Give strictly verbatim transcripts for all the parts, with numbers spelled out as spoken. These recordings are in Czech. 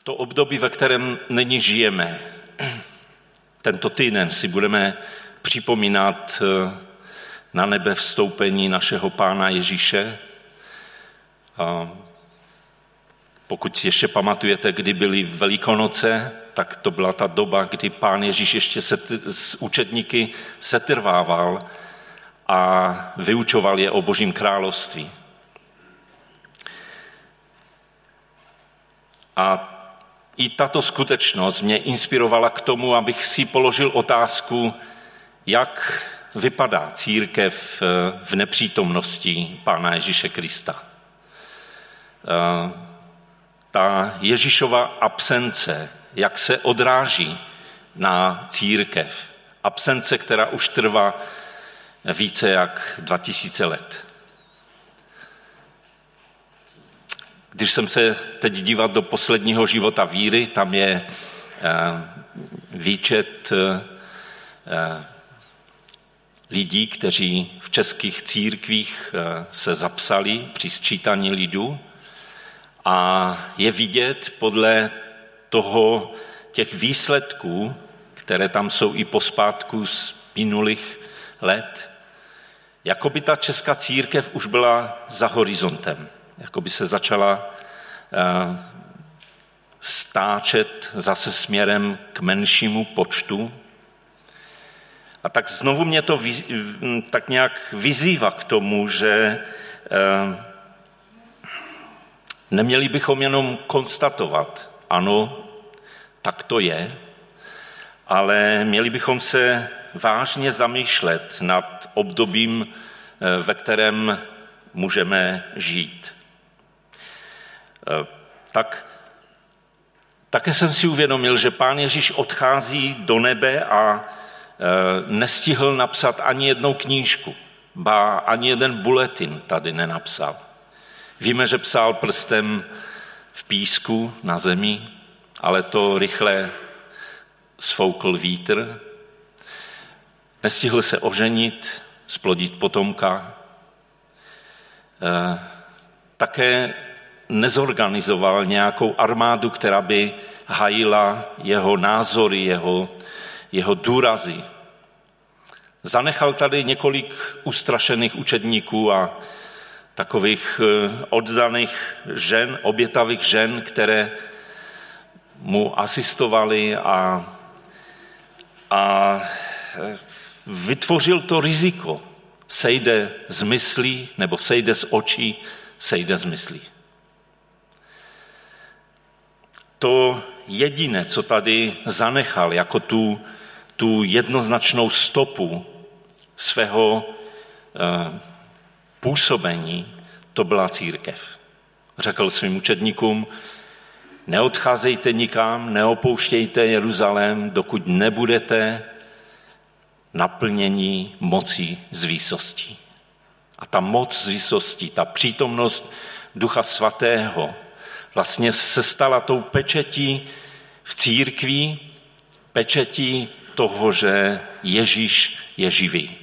To období, ve kterém nyní žijeme, tento týden si budeme připomínat na nebe vstoupení našeho Pána Ježíše. A pokud ještě pamatujete, kdy byly Velikonoce, tak to byla ta doba, kdy Pán Ježíš ještě se t- s učedníky setrvával a vyučoval je o Božím království. A i tato skutečnost mě inspirovala k tomu, abych si položil otázku, jak vypadá církev v nepřítomnosti Pána Ježíše Krista. Ta Ježíšova absence, jak se odráží na církev. Absence, která už trvá více jak dva tisíce let. Když jsem se teď díval do posledního života víry, tam je výčet lidí, kteří v českých církvích se zapsali při sčítání lidu a je vidět podle toho těch výsledků, které tam jsou i pospátku z minulých let, jako by ta česká církev už byla za horizontem. Jako by se začala stáčet zase směrem k menšímu počtu. A tak znovu mě to tak nějak vyzývá k tomu, že neměli bychom jenom konstatovat, ano, tak to je, ale měli bychom se vážně zamýšlet nad obdobím, ve kterém můžeme žít. Tak také jsem si uvědomil, že Pán Ježíš odchází do nebe a nestihl napsat ani jednou knížku, ba ani jeden bulletin tady nenapsal. Víme, že psal prstem v písku na zemi, ale to rychle sfoukl vítr. Nestihl se oženit, zplodit potomka. Také nezorganizoval nějakou armádu, která by hájila jeho názory, jeho, jeho důrazy. Zanechal tady několik ustrašených učedníků a takových oddaných žen, obětavých žen, které mu asistovali a, a vytvořil to riziko. Sejde z myslí, nebo sejde z očí, sejde z myslí. To jediné, co tady zanechal jako tu, tu jednoznačnou stopu svého eh, působení, to byla církev. Řekl svým učedníkům, neodcházejte nikam, neopouštějte Jeruzalém, dokud nebudete naplnění mocí z výsosti. A ta moc z výsosti, ta přítomnost Ducha Svatého vlastně se stala tou pečetí v církvi, pečetí toho, že Ježíš je živý.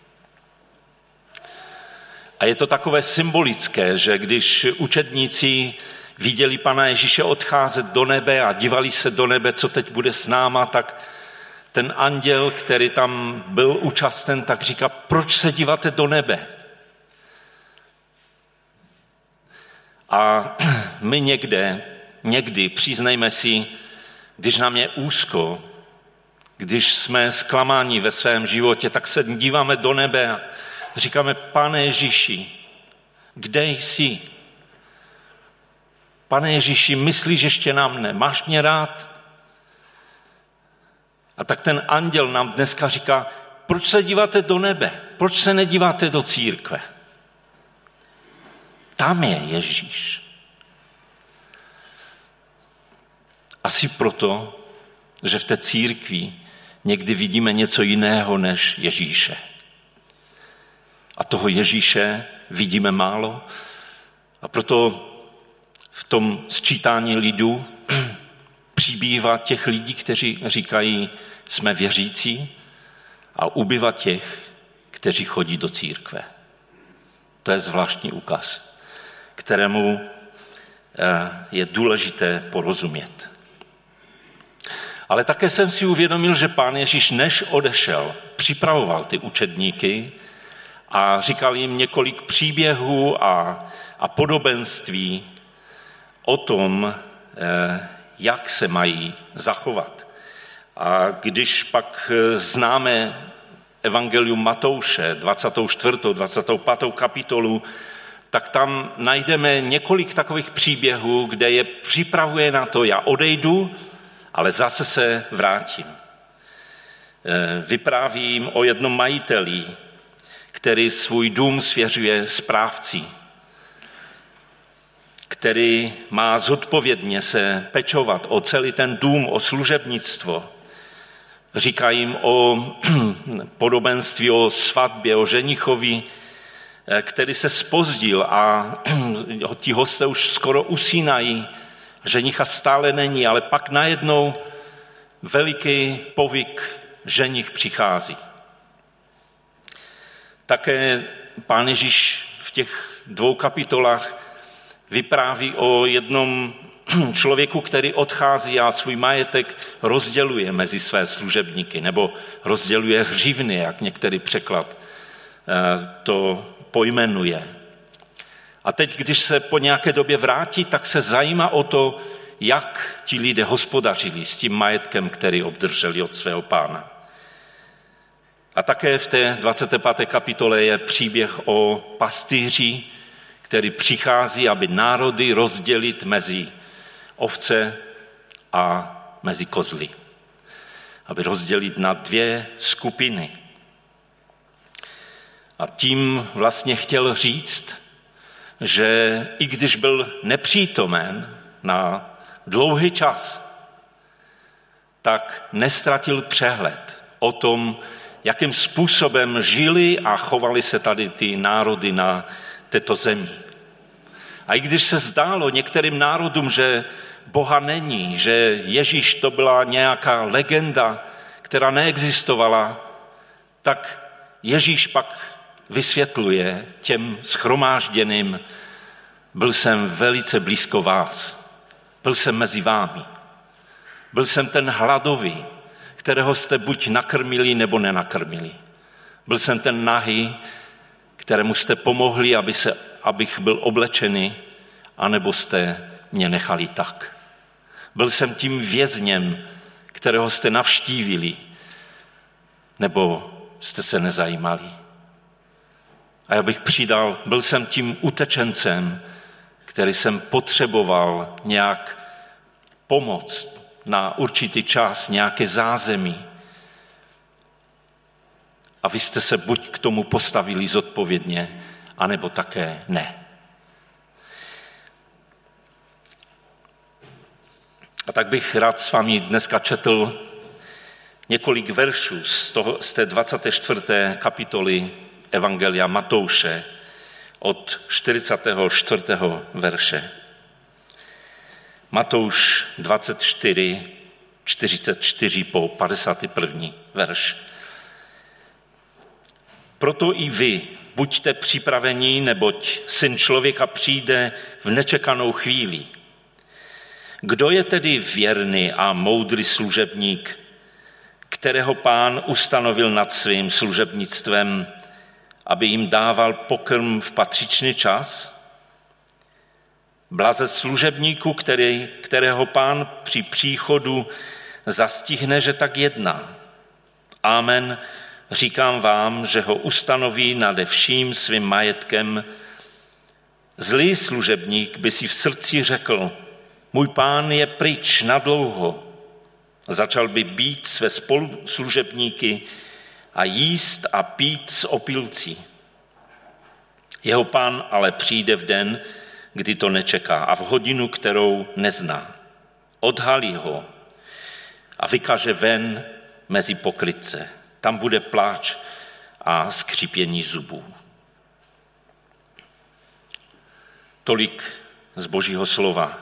A je to takové symbolické, že když učedníci viděli Pana Ježíše odcházet do nebe a dívali se do nebe, co teď bude s náma, tak ten anděl, který tam byl účasten, tak říká, proč se díváte do nebe? A my někde, někdy, přiznejme si, když nám je úzko, když jsme zklamáni ve svém životě, tak se díváme do nebe a říkáme, Pane Ježíši, kde jsi? Pane Ježíši, myslíš ještě na mne? Máš mě rád? A tak ten anděl nám dneska říká, proč se díváte do nebe? Proč se nedíváte do církve? Tam je Ježíš. Asi proto, že v té církvi někdy vidíme něco jiného než Ježíše. A toho Ježíše vidíme málo. A proto v tom sčítání lidu přibývá těch lidí, kteří říkají, jsme věřící, a ubývá těch, kteří chodí do církve. To je zvláštní ukaz, kterému je důležité porozumět. Ale také jsem si uvědomil, že Pán Ježíš, než odešel, připravoval ty učedníky a říkal jim několik příběhů a, a podobenství o tom, jak se mají zachovat. A když pak známe evangelium Matouše, dvacátou čtvrtou, dvacátou pátou kapitolu, tak tam najdeme několik takových příběhů, kde je připravuje na to, já odejdu, ale zase se vrátím. Vypráví jim o jednom majiteli, který svůj dům svěřuje správci, který má zodpovědně se pečovat o celý ten dům, o služebnictvo. Říká jim o podobenství o svatbě, o ženichovi, který se zpozdil a ti hosté už skoro usínají, ženicha stále není, ale pak najednou veliký povyk ženich přichází. Také Pán Ježíš v těch dvou kapitolách vypráví o jednom člověku, který odchází a svůj majetek rozděluje mezi své služebníky, nebo rozděluje hřivny, jak některý překlad to pojmenuje. A teď, když se po nějaké době vrátí, tak se zajímá o to, jak ti lidé hospodařili s tím majetkem, který obdrželi od svého pána. A také v té dvacáté páté kapitole je příběh o pastýři, který přichází, aby národy rozdělit mezi ovce a mezi kozly. Aby rozdělit na dvě skupiny. A tím vlastně chtěl říct, že i když byl nepřítomen na dlouhý čas, tak nestratil přehled o tom, jakým způsobem žili a chovali se tady ty národy na této zemi. A i když se zdálo některým národům, že Boha není, že Ježíš to byla nějaká legenda, která neexistovala, tak Ježíš pak vysvětluje těm shromážděným, byl jsem velice blízko vás, byl jsem mezi vámi, byl jsem ten hladový, kterého jste buď nakrmili, nebo nenakrmili. Byl jsem ten nahý, kterému jste pomohli, aby se, abych byl oblečený, anebo jste mě nechali tak. Byl jsem tím vězněm, kterého jste navštívili, nebo jste se nezajímali. A já bych přidal, byl jsem tím utečencem, který jsem potřeboval nějak pomoct na určitý čas, nějaké zázemí. A vy jste se buď k tomu postavili zodpovědně, anebo také ne. A tak bych rád s vámi dneska četl několik veršů z, toho, z té dvacáté čtvrté kapitoly Evangelia Matouše od čtyřicátého čtvrtého verše. Matouš dvacet čtyři, čtyřicet čtyři po padesátý první verš. Proto i vy buďte připraveni, neboť Syn člověka přijde v nečekanou chvíli. Kdo je tedy věrný a moudrý služebník, kterého Pán ustanovil nad svým služebnictvem, aby jim dával pokrm v patřičný čas? Blaze služebníku, který, kterého Pán při příchodu zastihne, že tak jedná. Amen, říkám vám, že ho ustanoví nade vším svým majetkem. Zlý služebník by si v srdci řekl, můj pán je pryč nadlouho. Začal by být své spoluslužebníky a jíst a pít s opilci. Jeho pán ale přijde v den, kdy to nečeká a v hodinu, kterou nezná. Odhalí ho a vykaže ven mezi pokrytce. Tam bude pláč a skřípění zubů. Tolik z Božího slova.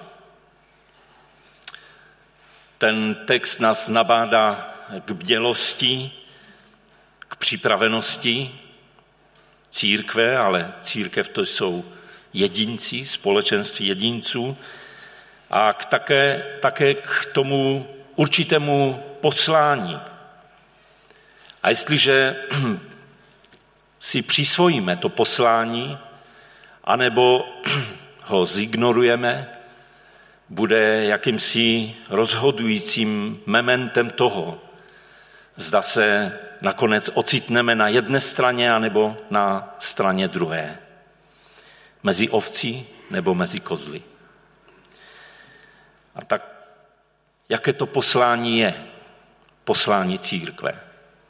Ten text nás nabádá k bdělosti, k připravenosti církve, ale církev to jsou jedinci, společenství jedinců, a k také, také k tomu určitému poslání. A jestliže si přisvojíme to poslání, anebo ho zignorujeme, bude jakýmsi rozhodujícím mementem toho, zda se nakonec ocitneme na jedné straně anebo na straně druhé. Mezi ovcí nebo mezi kozly. A tak, jaké to poslání je? Poslání církve.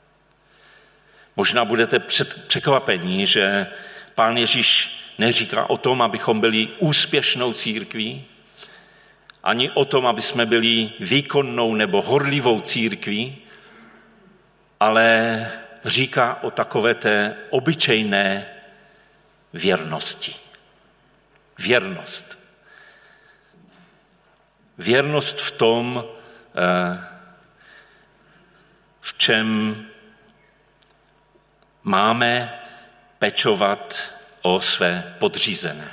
Možná budete překvapení, že Pán Ježíš neříká o tom, abychom byli úspěšnou církví, ani o tom, aby jsme byli výkonnou nebo horlivou církví, ale říká o takové té obyčejné věrnosti. Věrnost. Věrnost v tom, v čem máme pečovat o své podřízené.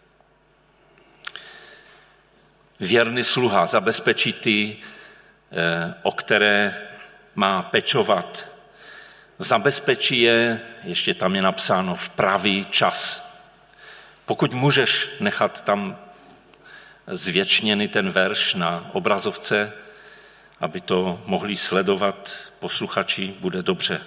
Věrný sluha zabezpečí ty, o které má pečovat. Zabezpečí je, ještě tam je napsáno, v pravý čas. Pokud můžeš nechat tam zvěčněný ten verš na obrazovce, aby to mohli sledovat posluchači, bude dobře.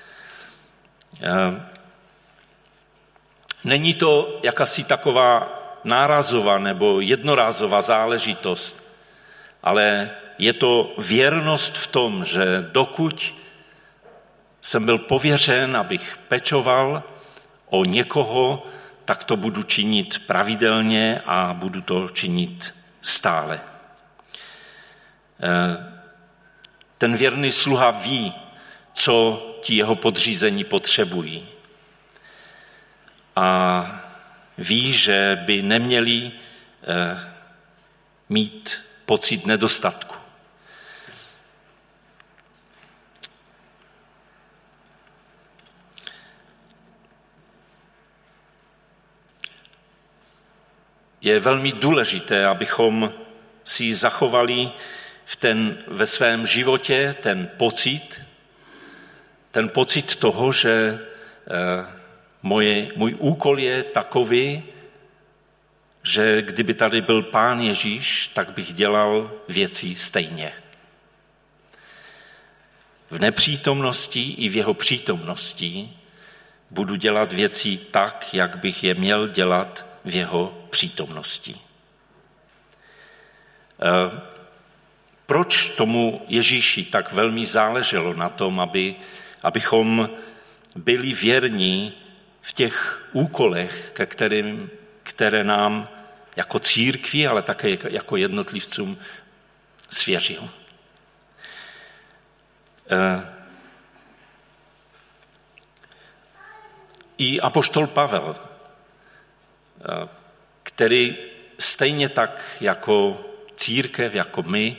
Není to jakási taková nárazová nebo jednorázová záležitost, ale je to věrnost v tom, že dokud jsem byl pověřen, abych pečoval o někoho, tak to budu činit pravidelně a budu to činit stále. Ten věrný sluha ví, co ti jeho podřízení potřebují. A ví, že by neměli mít pocit nedostatku. Je velmi důležité, abychom si zachovali v ten, ve svém životě ten pocit, ten pocit toho, že moje, můj úkol je takový, že kdyby tady byl Pán Ježíš, tak bych dělal věci stejně. V nepřítomnosti i v jeho přítomnosti budu dělat věci tak, jak bych je měl dělat v jeho přítomnosti. Proč tomu Ježíši tak velmi záleželo na tom, aby, abychom byli věrní v těch úkolech, ke kterým, které nám jako církvi, ale také jako jednotlivcům svěřil? I apoštol Pavel, který stejně tak jako církev, jako my,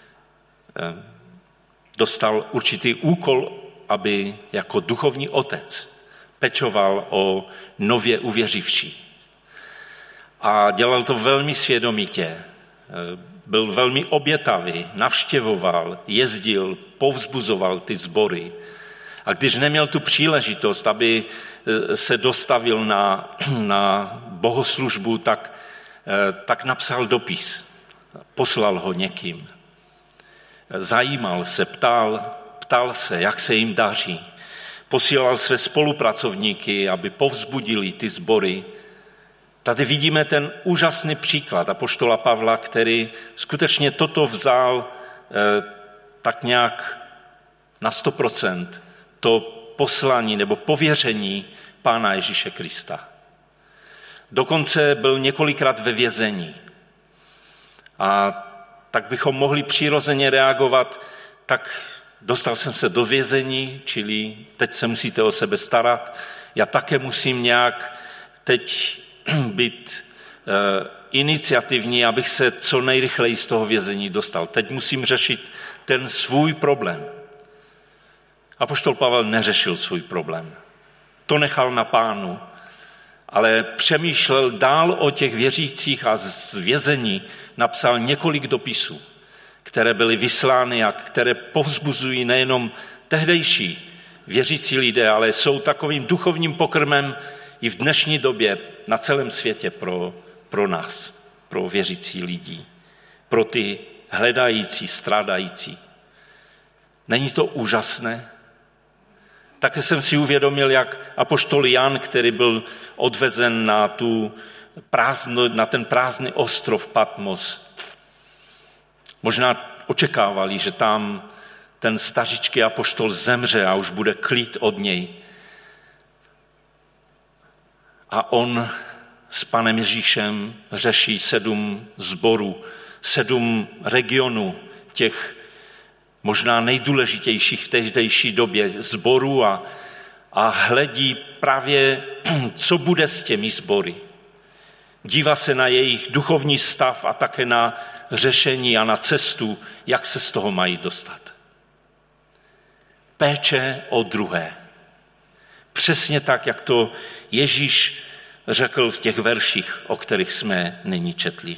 dostal určitý úkol, aby jako duchovní otec pečoval o nově uvěřivší. A dělal to velmi svědomitě. Byl velmi obětavý, navštěvoval, jezdil, povzbuzoval ty sbory. A když neměl tu příležitost, aby se dostavil na, na bohoslužbu, tak, tak napsal dopis. Poslal ho někým. Zajímal se, ptal, ptal se, jak se jim daří. Posílal své spolupracovníky, aby povzbudili ty sbory. Tady vidíme ten úžasný příklad apoštola Pavla, který skutečně toto vzal eh, tak nějak na sto procent to poslání nebo pověření Pána Ježíše Krista. Dokonce byl několikrát ve vězení. A tak bychom mohli přirozeně reagovat, tak dostal jsem se do vězení, čili teď se musíte o sebe starat. Já také musím nějak teď být e, iniciativní, abych se co nejrychleji z toho vězení dostal. Teď musím řešit ten svůj problém. Apoštol Pavel neřešil svůj problém. To nechal na Pánu, ale přemýšlel dál o těch věřících a z vězení napsal několik dopisů, které byly vyslány a které povzbuzují nejenom tehdejší věřící lidé, ale jsou takovým duchovním pokrmem i v dnešní době na celém světě pro, pro nás, pro věřící lidi, pro ty hledající, strádající. Není to úžasné? Také jsem si uvědomil, jak apoštol Jan, který byl odvezen na, tu prázdno, na ten prázdný ostrov Patmos, možná očekávali, že tam ten stařičký apoštol zemře a už bude klid od něj. A on s Panem Ježíšem řeší sedm sborů, sedm regionů těch možná nejdůležitějších v tehdejší době sborů a, a hledí právě, co bude s těmi sbory. Dívá se na jejich duchovní stav a také na řešení a na cestu, jak se z toho mají dostat. Péče o druhé. Přesně tak, jak to Ježíš řekl v těch verších, o kterých jsme nyní četli.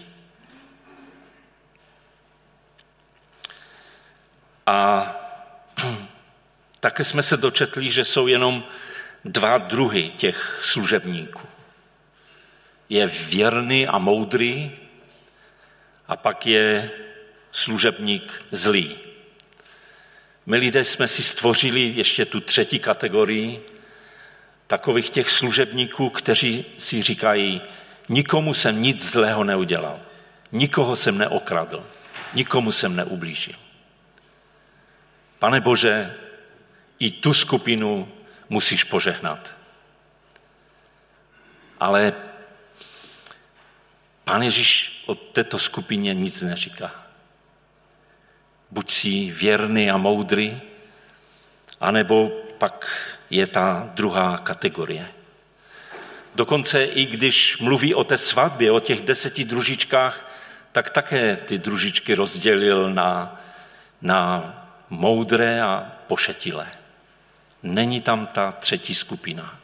A také jsme se dočetli, že jsou jenom dva druhy těch služebníků. Je věrný a moudrý a pak je služebník zlý. My lidé jsme si stvořili ještě tu třetí kategorii takových těch služebníků, kteří si říkají, nikomu jsem nic zlého neudělal, nikoho jsem neokradl, nikomu jsem neublížil. Pane Bože, i tu skupinu musíš požehnat. Ale Pán Ježíš o této skupině nic neříká. Buď si věrný a moudrý, anebo pak je ta druhá kategorie. Dokonce i když mluví o té svatbě, o těch deseti družičkách, tak také ty družičky rozdělil na, na moudré a pošetilé. Není tam ta třetí skupina.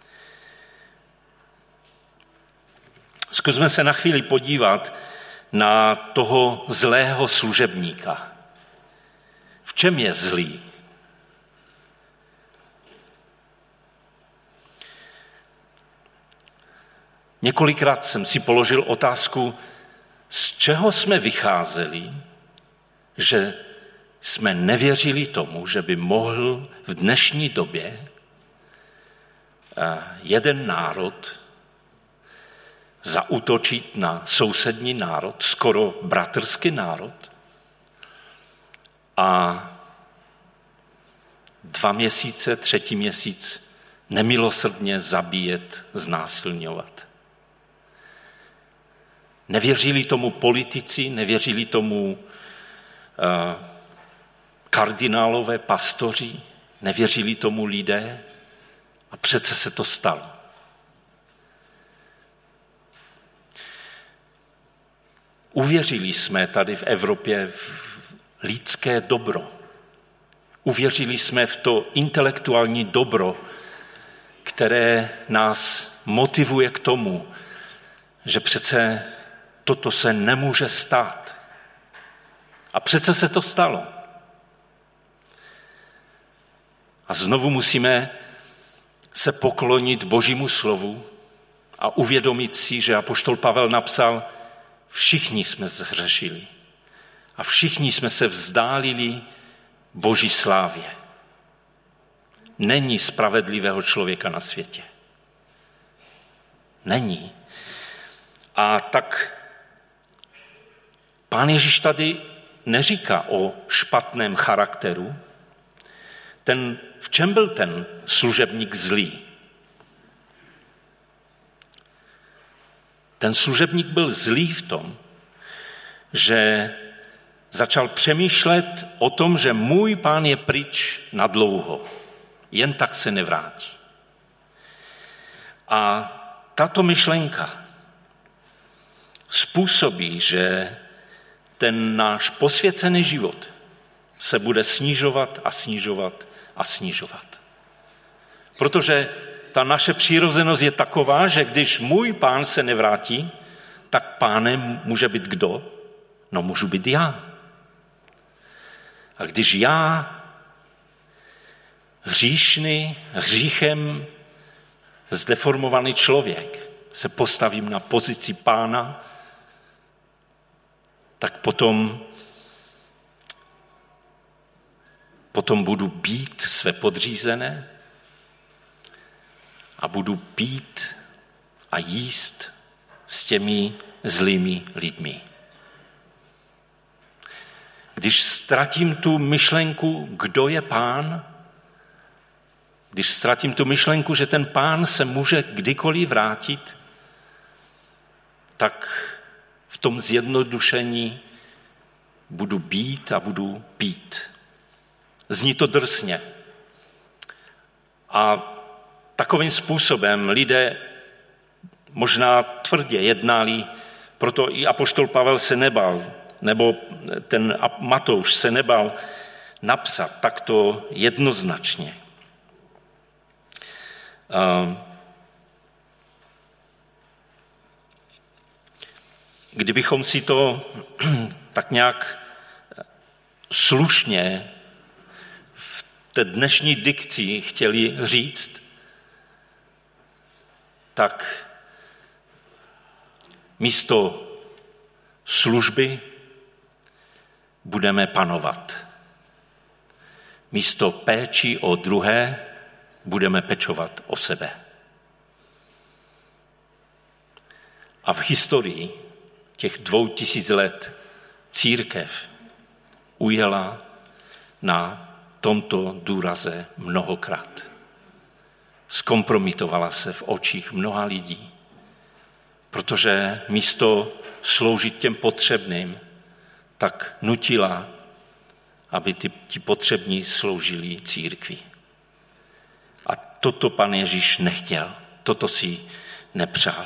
Zkusme se na chvíli podívat na toho zlého služebníka. V čem je zlý? Několikrát jsem si položil otázku, z čeho jsme vycházeli, že jsme nevěřili tomu, že by mohl v dnešní době jeden národ zaútočit na sousední národ, skoro bratrský národ, a dva měsíce, třetí měsíc nemilosrdně zabíjet, znásilňovat. Nevěřili tomu politici, nevěřili tomu uh, kardinálové, pastoři, nevěřili tomu lidé a přece se to stalo. Uvěřili jsme tady v Evropě v lidské dobro. Uvěřili jsme v to intelektuální dobro, které nás motivuje k tomu, že přece toto se nemůže stát. A přece se to stalo. A znovu musíme se poklonit Božímu slovu a uvědomit si, že apoštol Pavel napsal, všichni jsme zhřešili a všichni jsme se vzdálili Boží slávě. Není spravedlivého člověka na světě. Není. A tak Pán Ježíš tady neříká o špatném charakteru. Ten, v čem byl ten služebník zlý? Ten služebník byl zlý v tom, že začal přemýšlet o tom, že můj pán je pryč na dlouho, jen tak se nevrátí. A tato myšlenka způsobí, že ten náš posvěcený život se bude snižovat a snižovat a snižovat. Protože ta naše přirozenost je taková, že když můj pán se nevrátí, tak pánem může být kdo? No můžu být já. A když já, hříšný, hříchem zdeformovaný člověk, se postavím na pozici Pána, tak potom, potom budu bít své podřízené a budu pít a jíst s těmi zlými lidmi. Když ztratím tu myšlenku, kdo je Pán, když ztratím tu myšlenku, že ten Pán se může kdykoliv vrátit, tak v tom zjednodušení budu bít a budu pít. Zní to drsně. A takovým způsobem lidé možná tvrdě jednali, proto i apoštol Pavel se nebal, nebo ten Matouš se nebal napsat takto jednoznačně. Kdybychom si to tak nějak slušně v té dnešní dikci chtěli říct, tak místo služby budeme panovat. Místo péči o druhé budeme pečovat o sebe. A v historii těch dvou tisíc let církev ujela na tomto důraze mnohokrát. Zkompromitovala se v očích mnoha lidí, protože místo sloužit těm potřebným, tak nutila, aby ty, ti potřební sloužili církvi. A toto Pan Ježíš nechtěl, toto si nepřál.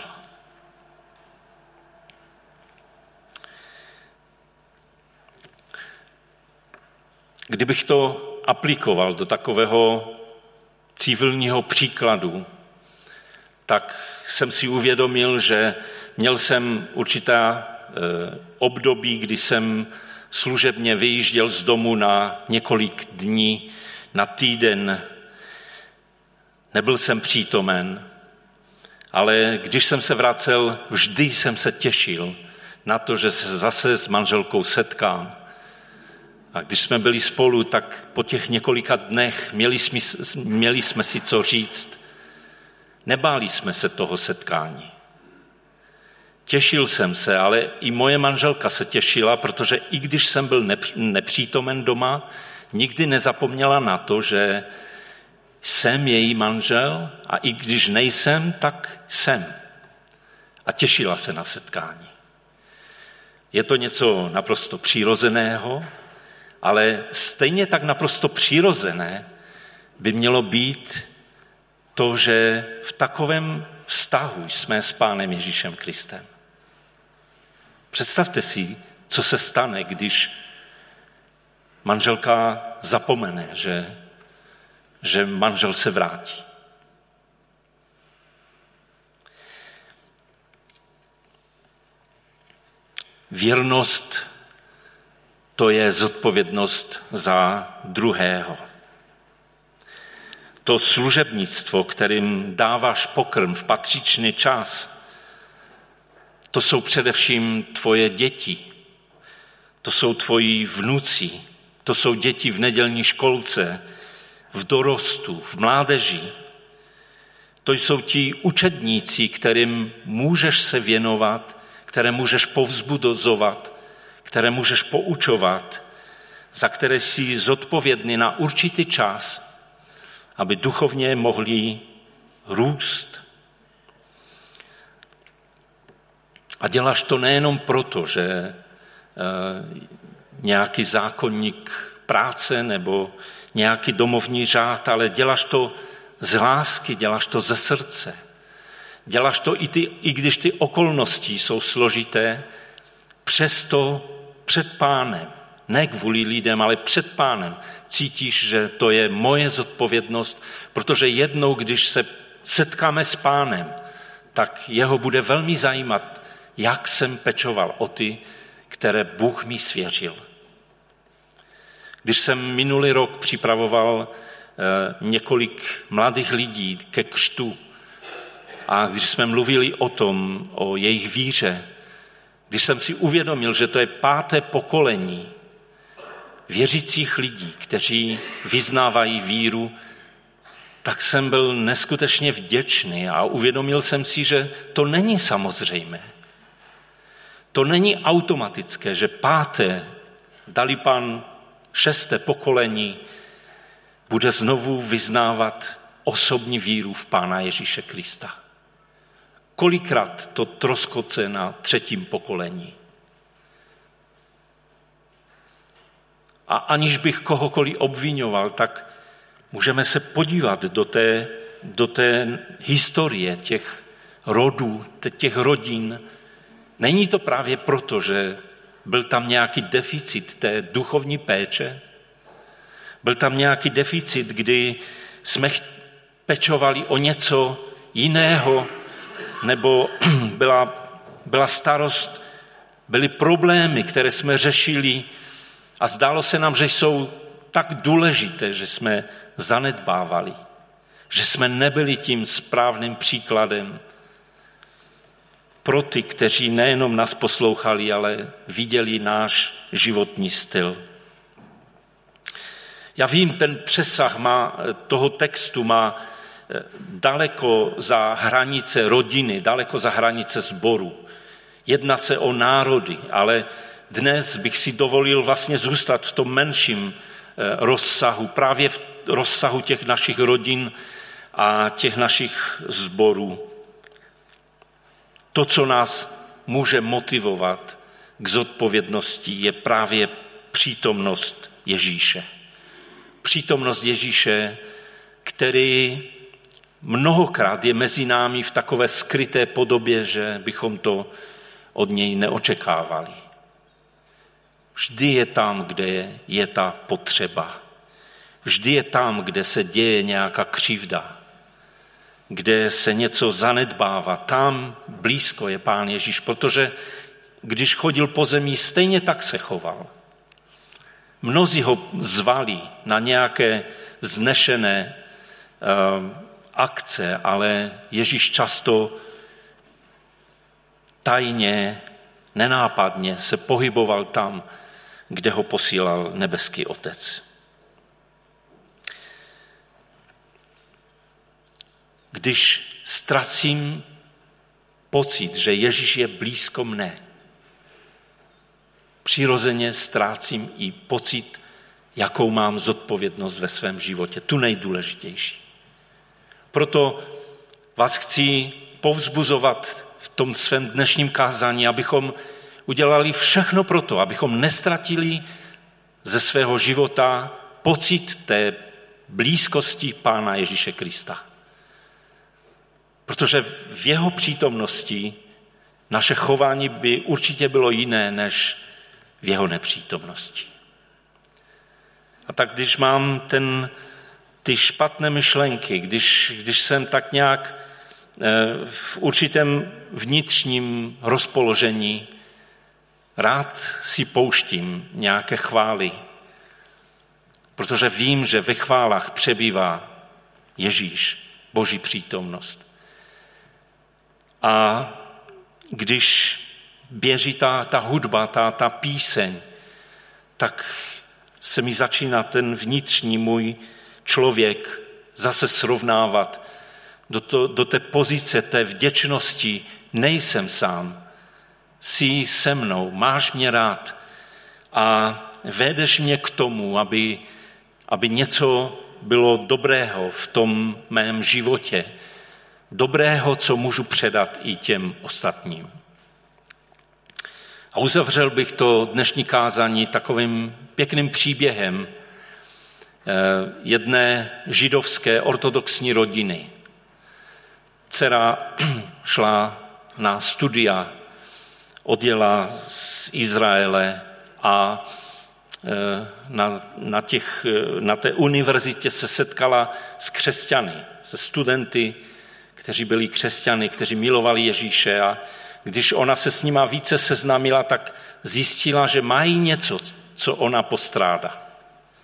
Kdybych to aplikoval do takového civilního příkladu, tak jsem si uvědomil, že měl jsem určitá období, kdy jsem služebně vyjížděl z domu na několik dní, na týden. Nebyl jsem přítomen, ale když jsem se vracel, vždy jsem se těšil na to, že se zase s manželkou setkám. A když jsme byli spolu, tak po těch několika dnech měli jsme, měli jsme si co říct. Nebáli jsme se toho setkání. Těšil jsem se, ale i moje manželka se těšila, protože i když jsem byl nepřítomen doma, nikdy nezapomněla na to, že jsem její manžel a i když nejsem, tak jsem. A těšila se na setkání. Je to něco naprosto přirozeného, ale stejně tak naprosto přirozené by mělo být to, že v takovém vztahu jsme s Pánem Ježíšem Kristem. Představte si, co se stane, když manželka zapomene, že, že manžel se vrátí. Věrnost, to je zodpovědnost za druhého. To služebnictvo, kterým dáváš pokrm v patřičný čas, to jsou především tvoje děti, to jsou tvoji vnuci, to jsou děti v nedělní školce, v dorostu, v mládeži. To jsou ti učedníci, kterým můžeš se věnovat, které můžeš povzbudozovat, které můžeš poučovat, za které jsi zodpovědný na určitý čas, aby duchovně mohli růst. A děláš to nejenom proto, že nějaký zákonník práce nebo nějaký domovní řád, ale děláš to z lásky, děláš to ze srdce. Děláš to i, ty, i když ty okolnosti jsou složité, přesto před Pánem, ne kvůli lidem, ale před Pánem cítíš, že to je moje zodpovědnost, protože jednou, když se setkáme s Pánem, tak jeho bude velmi zajímat, jak jsem pečoval o ty, které Bůh mi svěřil. Když jsem minulý rok připravoval několik mladých lidí ke křtu a když jsme mluvili o tom, o jejich víře, když jsem si uvědomil, že to je páté pokolení věřících lidí, kteří vyznávají víru, tak jsem byl neskutečně vděčný a uvědomil jsem si, že to není samozřejmé. To není automatické, že páté, dali Pán šesté pokolení, bude znovu vyznávat osobní víru v Pána Ježíše Krista. Kolikrát to troskoce na třetím pokolení. A aniž bych kohokoliv obvinoval, tak můžeme se podívat do té, do té historie těch rodů, těch rodin. Není to právě proto, že byl tam nějaký deficit té duchovní péče? Byl tam nějaký deficit, kdy jsme pečovali o něco jiného, nebo byla, byla starost, byly problémy, které jsme řešili a zdálo se nám, že jsou tak důležité, že jsme zanedbávali, že jsme nebyli tím správným příkladem pro ty, kteří nejenom nás poslouchali, ale viděli náš životní styl. Já vím, ten přesah má, toho textu má daleko za hranice rodiny, daleko za hranice sboru. Jedná se o národy, ale dnes bych si dovolil vlastně zůstat v tom menším rozsahu, právě v rozsahu těch našich rodin a těch našich sborů. To, co nás může motivovat k zodpovědnosti, je právě přítomnost Ježíše. Přítomnost Ježíše, který mnohokrát je mezi námi v takové skryté podobě, že bychom to od něj neočekávali. Vždy je tam, kde je ta potřeba. Vždy je tam, kde se děje nějaká křivda, kde se něco zanedbává. Tam blízko je Pán Ježíš, protože když chodil po zemi, stejně tak se choval. Mnozí ho zvali na nějaké vznešené uh, akce, ale Ježíš často tajně, nenápadně se pohyboval tam, kde ho posílal nebeský Otec. Když ztracím pocit, že Ježíš je blízko mne, přirozeně ztrácím i pocit, jakou mám zodpovědnost ve svém životě, tu nejdůležitější. Proto vás chci povzbuzovat v tom svém dnešním kázání, abychom udělali všechno pro to, abychom nestratili ze svého života pocit té blízkosti Pána Ježíše Krista. Protože v jeho přítomnosti naše chování by určitě bylo jiné, než v jeho nepřítomnosti. A tak když mám ten, ty špatné myšlenky, když, když jsem tak nějak v určitém vnitřním rozpoložení, rád si pouštím nějaké chvály, protože vím, že ve chválách přebývá Ježíš, Boží přítomnost. A když běží ta, ta hudba, ta, ta píseň, tak se mi začíná ten vnitřní můj člověk zase srovnávat do, to, do té pozice té vděčnosti. Nejsem sám, jsi se mnou, máš mě rád a vedeš mě k tomu, aby, aby něco bylo dobrého v tom mém životě, dobrého, co můžu předat i těm ostatním. A uzavřel bych to dnešní kázání takovým pěkným příběhem jedné židovské ortodoxní rodiny. Dcera šla na studia, odjela z Izraele a na, na, těch, na té univerzitě se setkala s křesťany, se studenty, kteří byli křesťany, kteří milovali Ježíše, a když ona se s nima více seznámila, tak zjistila, že mají něco, co ona postrádá.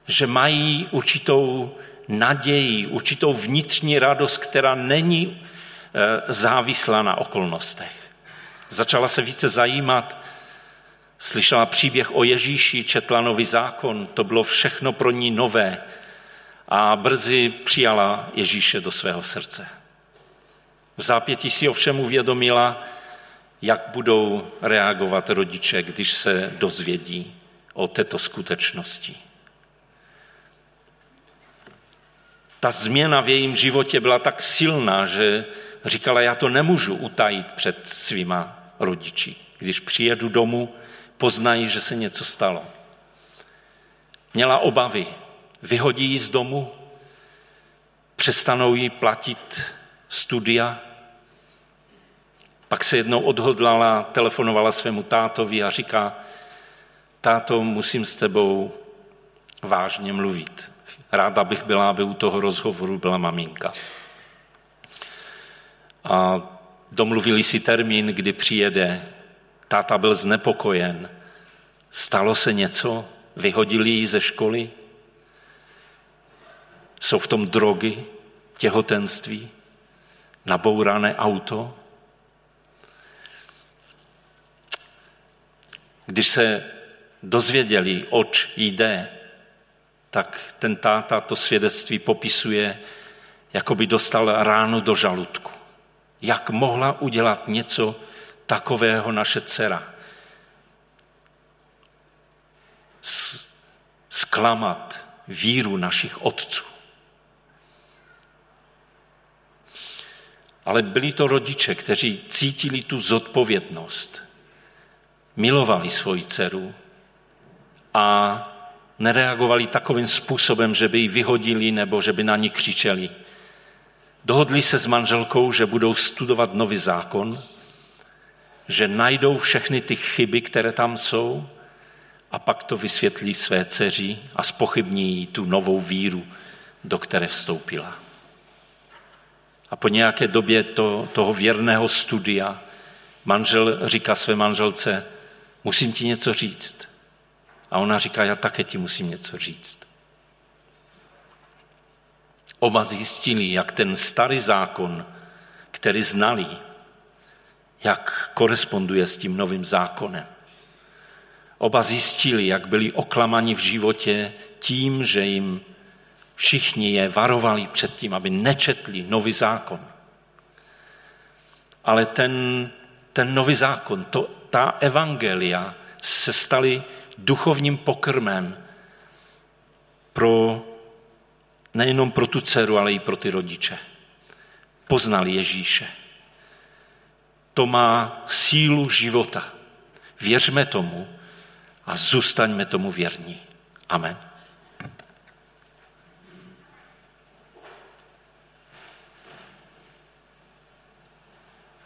že mají určitou naději, určitou vnitřní radost, která není závislá na okolnostech. Začala se více zajímat, slyšela příběh o Ježíši, četla Nový zákon, to bylo všechno pro ní nové a brzy přijala Ježíše do svého srdce. V zápětí si ovšem uvědomila, jak budou reagovat rodiče, když se dozvědí o této skutečnosti. Ta změna v jejím životě byla tak silná, že říkala, já to nemůžu utajit před svýma rodiči. Když přijedu domů, poznají, že se něco stalo. Měla obavy, vyhodí ji z domu, přestanou jí platit studia. Pak se jednou odhodlala, telefonovala svému tátovi a říká, táto, musím s tebou vážně mluvit. Ráda bych byla, aby u toho rozhovoru byla maminka. A domluvili si termín, kdy přijede. Táta byl znepokojen. Stalo se něco? Vyhodili ji ze školy? Jsou v tom drogy, těhotenství, nabourané auto? Když se dozvěděli, oč jde, tak ten táta to svědectví popisuje, jako by dostal ránu do žaludku. Jak mohla udělat něco takového naše dcera? Zklamat víru našich otců. Ale byli to rodiče, kteří cítili tu zodpovědnost, milovali svoji dceru a nereagovali takovým způsobem, že by ji vyhodili nebo že by na ní křičeli. Dohodli se s manželkou, že budou studovat Nový zákon, že najdou všechny ty chyby, které tam jsou, a pak to vysvětlí své dceři a zpochybní jí tu novou víru, do které vstoupila. A po nějaké době to, toho věrného studia manžel říká své manželce, musím ti něco říct. A ona říká, já také ti musím něco říct. Oba zjistili, jak ten starý zákon, který znali, jak koresponduje s tím novým zákonem. Oba zjistili, jak byli oklamani v životě tím, že jim všichni je varovali před tím, aby nečetli nový zákon. Ale ten, ten nový zákon, to, ta evangelia se staly duchovním pokrmem pro, nejenom pro tu dceru, ale i pro ty rodiče. Poznali Ježíše. To má sílu života. Věřme tomu a zůstaňme tomu věrní. Amen.